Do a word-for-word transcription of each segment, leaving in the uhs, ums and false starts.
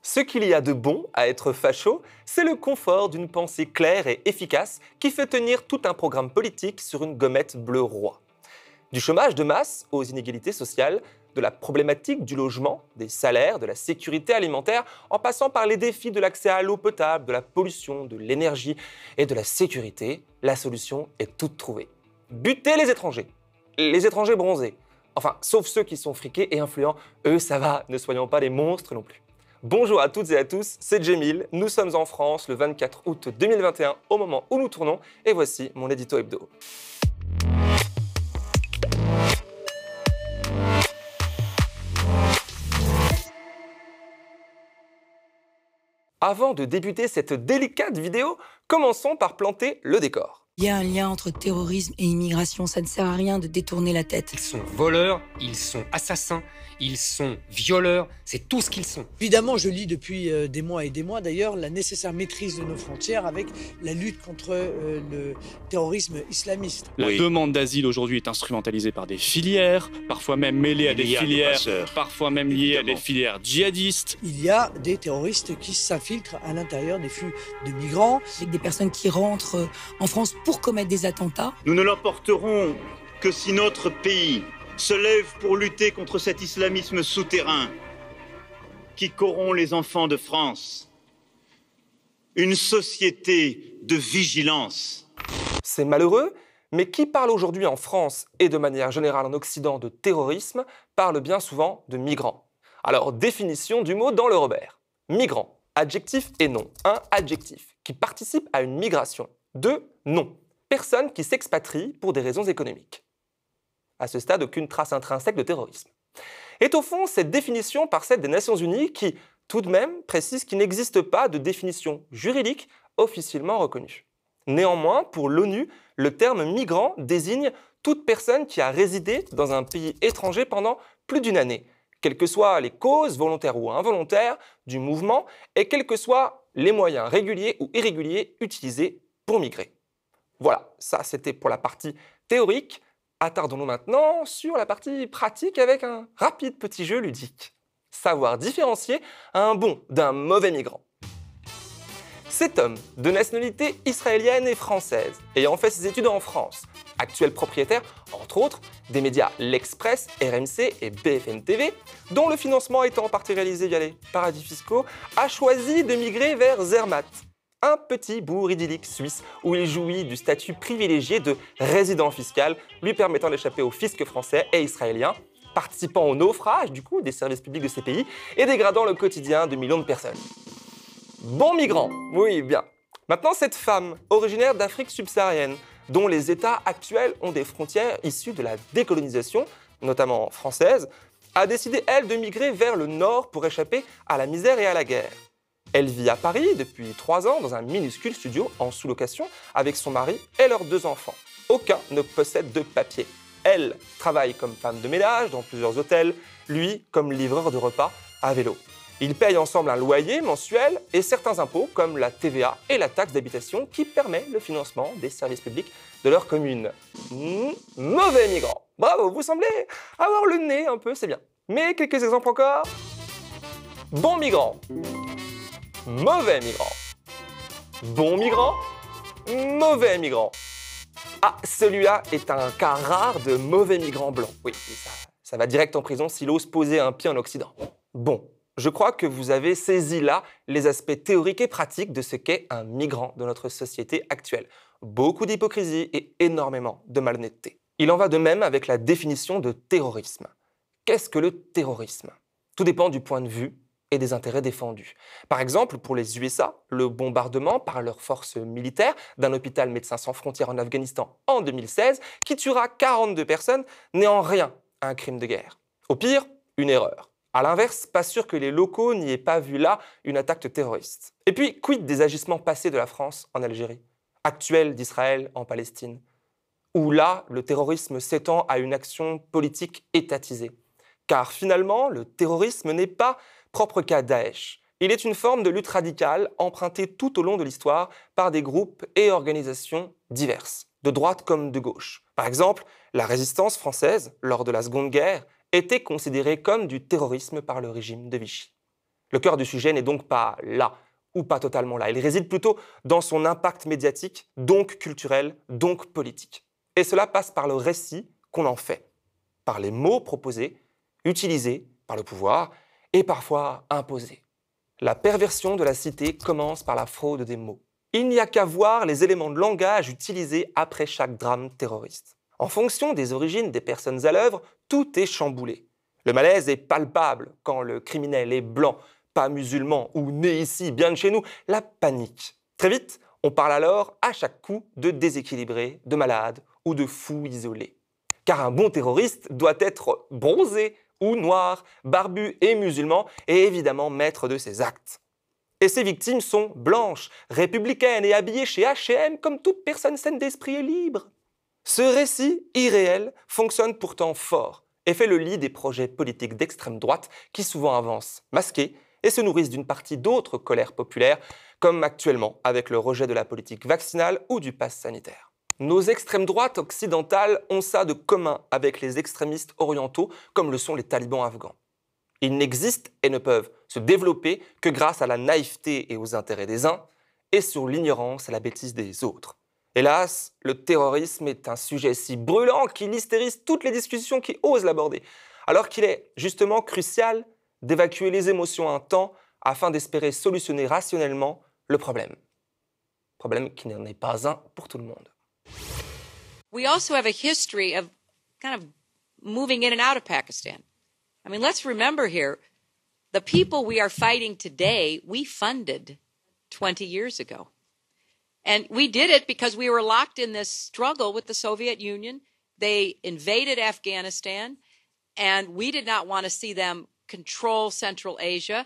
Ce qu'il y a de bon à être facho, c'est le confort d'une pensée claire et efficace qui fait tenir tout un programme politique sur une gommette bleue roi. Du chômage de masse aux inégalités sociales, de la problématique du logement, des salaires, de la sécurité alimentaire, en passant par les défis de l'accès à l'eau potable, de la pollution, de l'énergie et de la sécurité, la solution est toute trouvée. Buter les étrangers, les étrangers bronzés, enfin, sauf ceux qui sont friqués et influents, eux ça va, ne soyons pas des monstres non plus. Bonjour à toutes et à tous, c'est Djemil, nous sommes en France le vingt-quatre août deux mille vingt et un au moment où nous tournons et voici mon édito hebdo. Avant de débuter cette délicate vidéo, commençons par planter le décor. Il y a un lien entre terrorisme et immigration, ça ne sert à rien de détourner la tête. Ils sont voleurs, ils sont assassins, ils sont violeurs, c'est tout ce qu'ils sont. Évidemment, je lis depuis euh, des mois et des mois d'ailleurs la nécessaire maîtrise de nos frontières avec la lutte contre euh, le terrorisme islamiste. La oui. demande d'asile aujourd'hui est instrumentalisée par des filières, parfois même mêlée à des filières, des parfois même liées Évidemment. à des filières djihadistes. Il y a des terroristes qui s'infiltrent à l'intérieur des flux de migrants. Avec des personnes qui rentrent en France pour commettre des attentats. Nous ne l'emporterons que si notre pays se lève pour lutter contre cet islamisme souterrain qui corrompt les enfants de France. Une société de vigilance. C'est malheureux, mais qui parle aujourd'hui en France et de manière générale en Occident de terrorisme parle bien souvent de migrants. Alors, définition du mot dans le Robert. Migrant, adjectif et nom. Un, adjectif, qui participe à une migration. Deux, nom. Personne qui s'expatrie pour des raisons économiques. À ce stade, aucune trace intrinsèque de terrorisme. Est au fond cette définition par celle des Nations Unies qui, tout de même, précise qu'il n'existe pas de définition juridique officiellement reconnue. Néanmoins, pour l'ONU, le terme migrant désigne toute personne qui a résidé dans un pays étranger pendant plus d'une année, quelles que soient les causes, volontaires ou involontaires, du mouvement, et quels que soient les moyens réguliers ou irréguliers utilisés pour migrer. Voilà, ça c'était pour la partie théorique. Attardons-nous maintenant sur la partie pratique avec un rapide petit jeu ludique. Savoir différencier un bon d'un mauvais migrant. Cet homme, de nationalité israélienne et française, ayant fait ses études en France, actuel propriétaire, entre autres, des médias L'Express, R M C et B F M T V, dont le financement étant en partie réalisé via les paradis fiscaux, a choisi de migrer vers Zermatt, un petit bourg idyllique suisse où il jouit du statut privilégié de résident fiscal, lui permettant d'échapper au fisc français et israélien, participant au naufrage du coup des services publics de ces pays et dégradant le quotidien de millions de personnes. Bon migrant, oui bien. Maintenant cette femme, originaire d'Afrique subsaharienne, dont les États actuels ont des frontières issues de la décolonisation, notamment française, a décidé elle de migrer vers le nord pour échapper à la misère et à la guerre. Elle vit à Paris depuis trois ans dans un minuscule studio en sous-location avec son mari et leurs deux enfants. Aucun ne possède de papier. Elle travaille comme femme de ménage dans plusieurs hôtels, lui comme livreur de repas à vélo. Ils payent ensemble un loyer mensuel et certains impôts comme la T V A et la taxe d'habitation qui permet le financement des services publics de leur commune. Mmh, mauvais migrant. Bravo, vous semblez avoir le nez un peu, c'est bien. Mais quelques exemples encore. Bon migrant. Mauvais migrant. Bon migrant. Mauvais migrant. Ah, celui-là est un cas rare de mauvais migrant blanc. Oui, ça, ça va direct en prison s'il ose poser un pied en Occident. Bon, je crois que vous avez saisi là les aspects théoriques et pratiques de ce qu'est un migrant dans notre société actuelle. Beaucoup d'hypocrisie et énormément de malhonnêteté. Il en va de même avec la définition de terrorisme. Qu'est-ce que le terrorisme? Tout dépend du point de vue et des intérêts défendus. Par exemple, pour les U S A, le bombardement par leurs forces militaires d'un hôpital Médecins sans frontières en Afghanistan en deux mille seize, qui tuera quarante-deux personnes, n'est en rien un crime de guerre. Au pire, une erreur. A l'inverse, pas sûr que les locaux n'y aient pas vu là une attaque terroriste. Et puis, quid des agissements passés de la France en Algérie, actuels d'Israël en Palestine, où là, le terrorisme s'étend à une action politique étatisée. Car finalement, le terrorisme n'est pas propre qu'à Daesh. Il est une forme de lutte radicale empruntée tout au long de l'histoire par des groupes et organisations diverses, de droite comme de gauche. Par exemple, la résistance française, lors de la Seconde Guerre, était considérée comme du terrorisme par le régime de Vichy. Le cœur du sujet n'est donc pas là, ou pas totalement là. Il réside plutôt dans son impact médiatique, donc culturel, donc politique. Et cela passe par le récit qu'on en fait, par les mots proposés, utilisés par le pouvoir et parfois imposés. La perversion de la cité commence par la fraude des mots. Il n'y a qu'à voir les éléments de langage utilisés après chaque drame terroriste. En fonction des origines des personnes à l'œuvre, tout est chamboulé. Le malaise est palpable quand le criminel est blanc, pas musulman ou né ici, bien de chez nous. La panique. Très vite, on parle alors à chaque coup de déséquilibrés, de malades ou de fous isolés. Car un bon terroriste doit être bronzé ou noir, barbu et musulman, et évidemment maître de ses actes. Et ses victimes sont blanches, républicaines et habillées chez H et M comme toute personne saine d'esprit et libre. Ce récit irréel fonctionne pourtant fort et fait le lit des projets politiques d'extrême droite qui souvent avancent masqués et se nourrissent d'une partie d'autres colères populaires, comme actuellement avec le rejet de la politique vaccinale ou du pass sanitaire. Nos extrêmes droites occidentales ont ça de commun avec les extrémistes orientaux, comme le sont les talibans afghans. Ils n'existent et ne peuvent se développer que grâce à la naïveté et aux intérêts des uns, et sur l'ignorance et la bêtise des autres. Hélas, le terrorisme est un sujet si brûlant qu'il hystérise toutes les discussions qui osent l'aborder, alors qu'il est justement crucial d'évacuer les émotions un temps afin d'espérer solutionner rationnellement le problème. Problème qui n'en est pas un pour tout le monde. We also have a history of kind of moving in and out of Pakistan. I mean, let's remember here, the people we are fighting today, we funded twenty years ago. And we did it because we were locked in this struggle with the Soviet Union. They invaded Afghanistan, and we did not want to see them control Central Asia.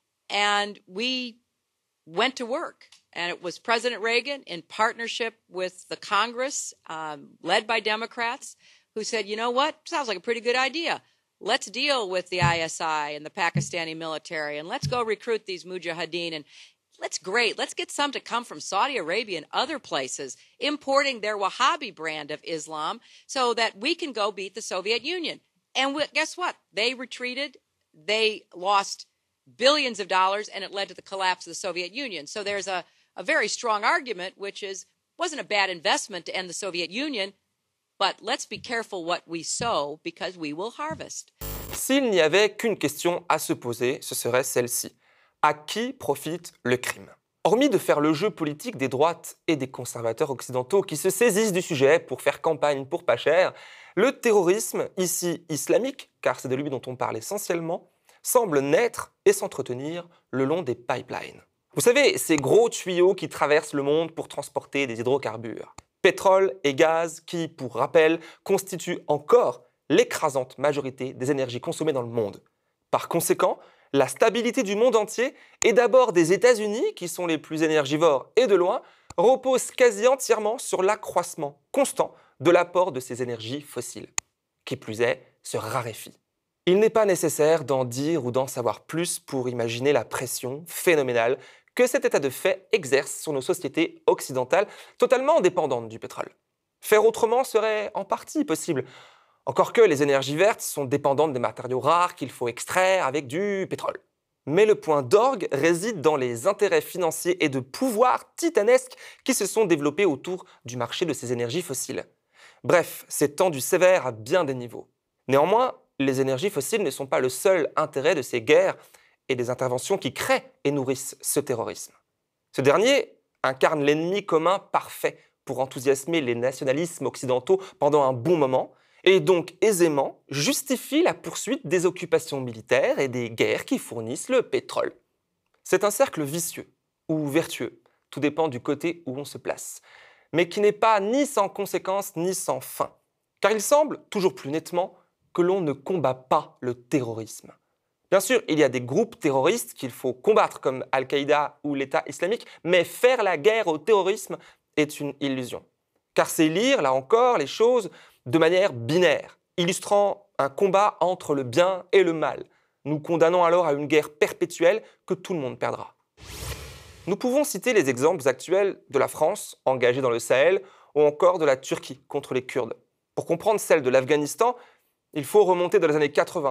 And we went to work. And it was President Reagan, in partnership with the Congress, um, led by Democrats, who said, you know what, sounds like a pretty good idea. Let's deal with the I S I and the Pakistani military, and let's go recruit these mujahideen. And let's great. Let's get some to come from Saudi Arabia and other places, importing their Wahhabi brand of Islam so that we can go beat the Soviet Union. And we, guess what? They retreated. They lost billions of dollars, and it led to the collapse of the Soviet Union. So there's a, a very strong argument, which is, wasn't a bad investment to end the Soviet Union, but let's be careful what we sow because we will harvest. S'il n'y avait qu'une question à se poser, ce serait celle-ci. À qui profite le crime? Hormis de faire le jeu politique des droites et des conservateurs occidentaux qui se saisissent du sujet pour faire campagne pour pas cher, le terrorisme, ici islamique, car c'est de lui dont on parle essentiellement, semble naître et s'entretenir le long des pipelines. Vous savez, ces gros tuyaux qui traversent le monde pour transporter des hydrocarbures. Pétrole et gaz qui, pour rappel, constituent encore l'écrasante majorité des énergies consommées dans le monde. Par conséquent, la stabilité du monde entier, et d'abord des États-Unis, qui sont les plus énergivores et de loin, repose quasi entièrement sur l'accroissement constant de l'apport de ces énergies fossiles. Qui plus est, se raréfie. Il n'est pas nécessaire d'en dire ou d'en savoir plus pour imaginer la pression phénoménale que cet état de fait exerce sur nos sociétés occidentales totalement dépendantes du pétrole. Faire autrement serait en partie possible, encore que les énergies vertes sont dépendantes des matériaux rares qu'il faut extraire avec du pétrole. Mais le point d'orgue réside dans les intérêts financiers et de pouvoir titanesques qui se sont développés autour du marché de ces énergies fossiles. Bref, c'est tendu sévère à bien des niveaux. Néanmoins, les énergies fossiles ne sont pas le seul intérêt de ces guerres et des interventions qui créent et nourrissent ce terrorisme. Ce dernier incarne l'ennemi commun parfait pour enthousiasmer les nationalismes occidentaux pendant un bon moment et donc aisément justifie la poursuite des occupations militaires et des guerres qui fournissent le pétrole. C'est un cercle vicieux ou vertueux, tout dépend du côté où on se place, mais qui n'est pas ni sans conséquences ni sans fin, car il semble, toujours plus nettement, que l'on ne combat pas le terrorisme. Bien sûr, il y a des groupes terroristes qu'il faut combattre comme Al-Qaïda ou l'État islamique, mais faire la guerre au terrorisme est une illusion. Car c'est lire, là encore, les choses de manière binaire, illustrant un combat entre le bien et le mal. Nous condamnons alors à une guerre perpétuelle que tout le monde perdra. Nous pouvons citer les exemples actuels de la France, engagée dans le Sahel, ou encore de la Turquie contre les Kurdes. Pour comprendre celle de l'Afghanistan, il faut remonter dans les années quatre-vingts,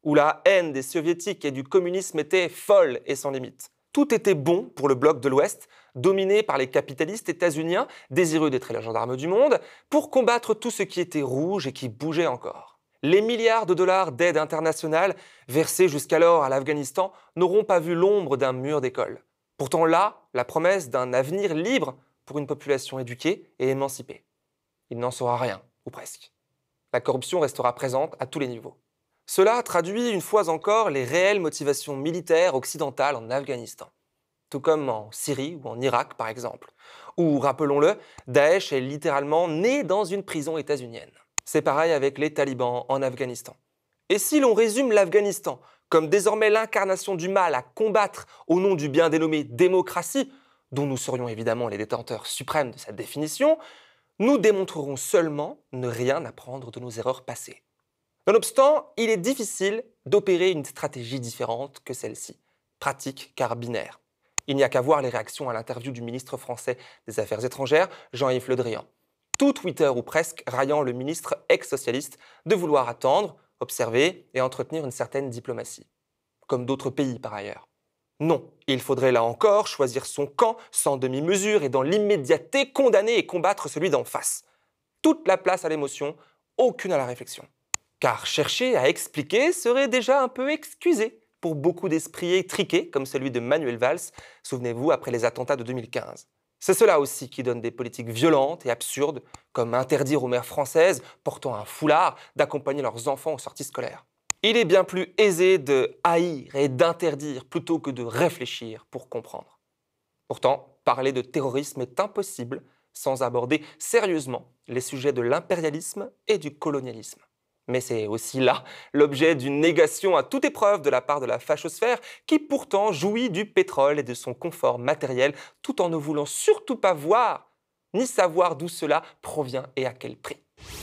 où la haine des soviétiques et du communisme était folle et sans limite. Tout était bon pour le bloc de l'Ouest, dominé par les capitalistes états-uniens, désireux d'être les gendarmes du monde, pour combattre tout ce qui était rouge et qui bougeait encore. Les milliards de dollars d'aide internationale versés jusqu'alors à l'Afghanistan n'auront pas vu l'ombre d'un mur d'école. Pourtant là, la promesse d'un avenir libre pour une population éduquée et émancipée. Il n'en sera rien, ou presque. La corruption restera présente à tous les niveaux. Cela traduit une fois encore les réelles motivations militaires occidentales en Afghanistan, tout comme en Syrie ou en Irak par exemple, où, rappelons-le, Daesh est littéralement né dans une prison états-unienne. C'est pareil avec les talibans en Afghanistan. Et si l'on résume l'Afghanistan comme désormais l'incarnation du mal à combattre au nom du bien dénommé démocratie, dont nous serions évidemment les détenteurs suprêmes de cette définition, nous démontrerons seulement ne rien apprendre de nos erreurs passées. Nonobstant, il est difficile d'opérer une stratégie différente que celle-ci, pratique car binaire. Il n'y a qu'à voir les réactions à l'interview du ministre français des Affaires étrangères, Jean-Yves Le Drian. Tout Twitter ou presque raillant le ministre ex-socialiste de vouloir attendre, observer et entretenir une certaine diplomatie. Comme d'autres pays par ailleurs. Non, il faudrait là encore choisir son camp sans demi-mesure et dans l'immédiateté condamner et combattre celui d'en face. Toute la place à l'émotion, aucune à la réflexion. Car chercher à expliquer serait déjà un peu excusé pour beaucoup d'esprits étriqués comme celui de Manuel Valls, souvenez-vous, après les attentats de deux mille quinze. C'est cela aussi qui donne des politiques violentes et absurdes, comme interdire aux mères françaises portant un foulard d'accompagner leurs enfants aux sorties scolaires. Il est bien plus aisé de haïr et d'interdire plutôt que de réfléchir pour comprendre. Pourtant, parler de terrorisme est impossible sans aborder sérieusement les sujets de l'impérialisme et du colonialisme. Mais c'est aussi là l'objet d'une négation à toute épreuve de la part de la fachosphère qui pourtant jouit du pétrole et de son confort matériel tout en ne voulant surtout pas voir ni savoir d'où cela provient et à quel prix.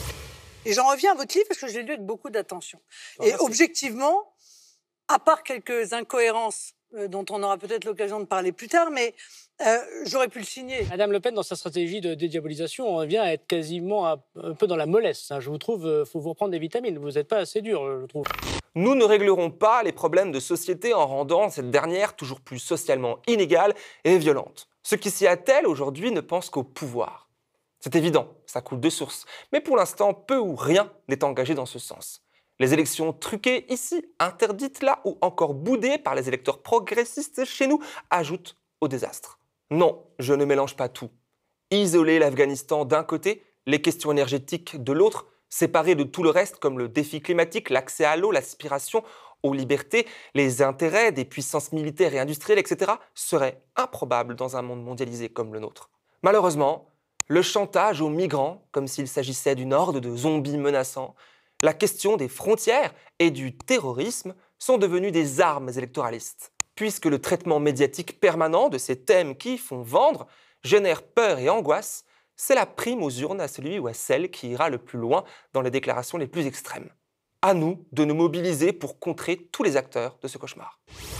Et j'en reviens à votre livre parce que je l'ai lu avec beaucoup d'attention. Et objectivement, à part quelques incohérences euh, dont on aura peut-être l'occasion de parler plus tard, mais euh, j'aurais pu le signer. Madame Le Pen, dans sa stratégie de dédiabolisation, on vient à être quasiment un, un peu dans la mollesse. Hein. Je vous trouve, il euh, faut vous reprendre des vitamines. Vous n'êtes pas assez dur, je trouve. Nous ne réglerons pas les problèmes de société en rendant cette dernière toujours plus socialement inégale et violente. Ceux qui s'y attellent aujourd'hui ne pensent qu'au pouvoir. C'est évident, ça coule de source. Mais pour l'instant, peu ou rien n'est engagé dans ce sens. Les élections truquées ici, interdites là ou encore boudées par les électeurs progressistes chez nous ajoutent au désastre. Non, je ne mélange pas tout. Isoler l'Afghanistan d'un côté, les questions énergétiques de l'autre, séparées de tout le reste comme le défi climatique, l'accès à l'eau, l'aspiration aux libertés, les intérêts des puissances militaires et industrielles, et cetera, serait improbable dans un monde mondialisé comme le nôtre. Malheureusement, le chantage aux migrants, comme s'il s'agissait d'une horde de zombies menaçants, la question des frontières et du terrorisme sont devenus des armes électoralistes, puisque le traitement médiatique permanent de ces thèmes qui font vendre génère peur et angoisse, c'est la prime aux urnes à celui ou à celle qui ira le plus loin dans les déclarations les plus extrêmes. À nous de nous mobiliser pour contrer tous les acteurs de ce cauchemar.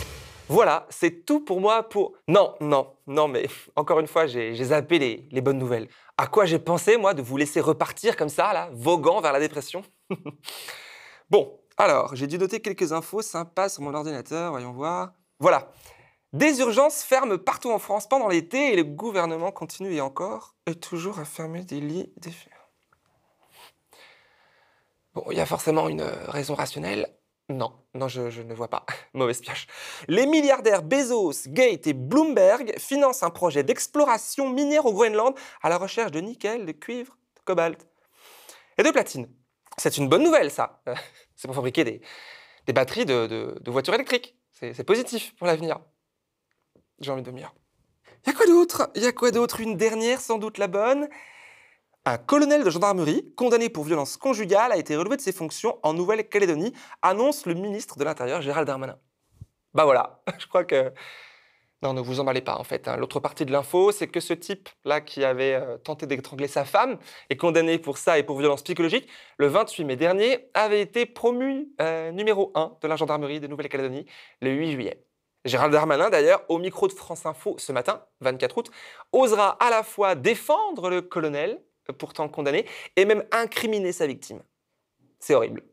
Voilà, c'est tout pour moi pour... Non, non, non, mais encore une fois, j'ai zappé les, les bonnes nouvelles. À quoi j'ai pensé, moi, de vous laisser repartir comme ça, là, voguant vers la dépression? Bon, alors, j'ai dû noter quelques infos sympas sur mon ordinateur, voyons voir. Voilà. Des urgences ferment partout en France pendant l'été et le gouvernement continue et encore et toujours à fermer des lits des... Bon, il y a forcément une raison rationnelle. Non, non, je, je ne vois pas. Mauvaise pioche. Les milliardaires Bezos, Gates et Bloomberg financent un projet d'exploration minière au Groenland à la recherche de nickel, de cuivre, de cobalt et de platine. C'est une bonne nouvelle, ça. C'est pour fabriquer des, des batteries de, de, de voitures électriques. C'est positif pour l'avenir. J'ai envie de dormir. Il y a quoi d'autre Il y a quoi d'autre Une dernière, sans doute la bonne. Un colonel de gendarmerie, condamné pour violence conjugale, a été relevé de ses fonctions en Nouvelle-Calédonie, annonce le ministre de l'Intérieur, Gérald Darmanin. Bah voilà, je crois que... Non, ne vous emballez pas, en fait. Hein. L'autre partie de l'info, c'est que ce type-là qui avait euh, tenté d'étrangler sa femme est condamné pour ça et pour violence psychologique. Le vingt-huit mai dernier, avait été promu euh, numéro un de la gendarmerie de Nouvelle-Calédonie le huit juillet. Gérald Darmanin, d'ailleurs, au micro de France Info ce matin, vingt-quatre août, osera à la fois défendre le colonel, pourtant condamné, et même incriminer sa victime. C'est horrible.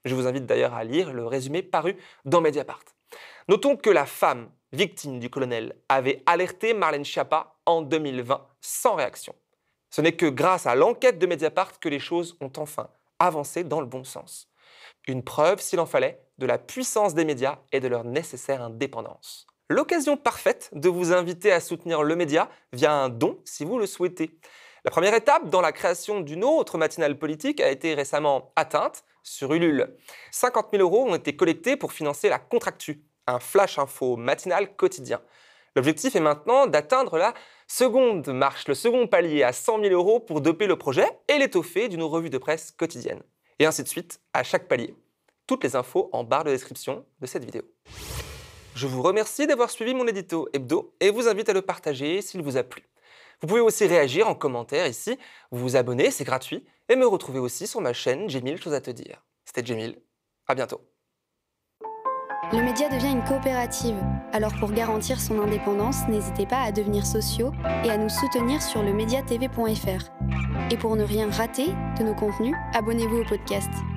Je vous invite d'ailleurs à lire le résumé paru dans Mediapart. Notons que la femme victime du colonel avait alerté Marlène Schiappa en deux mille vingt sans réaction. Ce n'est que grâce à l'enquête de Mediapart que les choses ont enfin avancé dans le bon sens. Une preuve, s'il en fallait, de la puissance des médias et de leur nécessaire indépendance. L'occasion parfaite de vous inviter à soutenir le média via un don si vous le souhaitez. La première étape dans la création d'une autre matinale politique a été récemment atteinte sur Ulule. cinquante mille euros ont été collectés pour financer la Contractu, un flash info matinal quotidien. L'objectif est maintenant d'atteindre la seconde marche, le second palier à cent mille euros pour doper le projet et l'étoffer d'une revue de presse quotidienne. Et ainsi de suite à chaque palier. Toutes les infos en barre de description de cette vidéo. Je vous remercie d'avoir suivi mon édito hebdo et vous invite à le partager s'il vous a plu. Vous pouvez aussi réagir en commentaire ici, vous vous abonner, c'est gratuit, et me retrouver aussi sur ma chaîne J'ai mille choses à te dire. C'était Jemil, à bientôt. Le média devient une coopérative, alors pour garantir son indépendance, n'hésitez pas à devenir sociaux et à nous soutenir sur le media t v point f r. Et pour ne rien rater de nos contenus, abonnez-vous au podcast.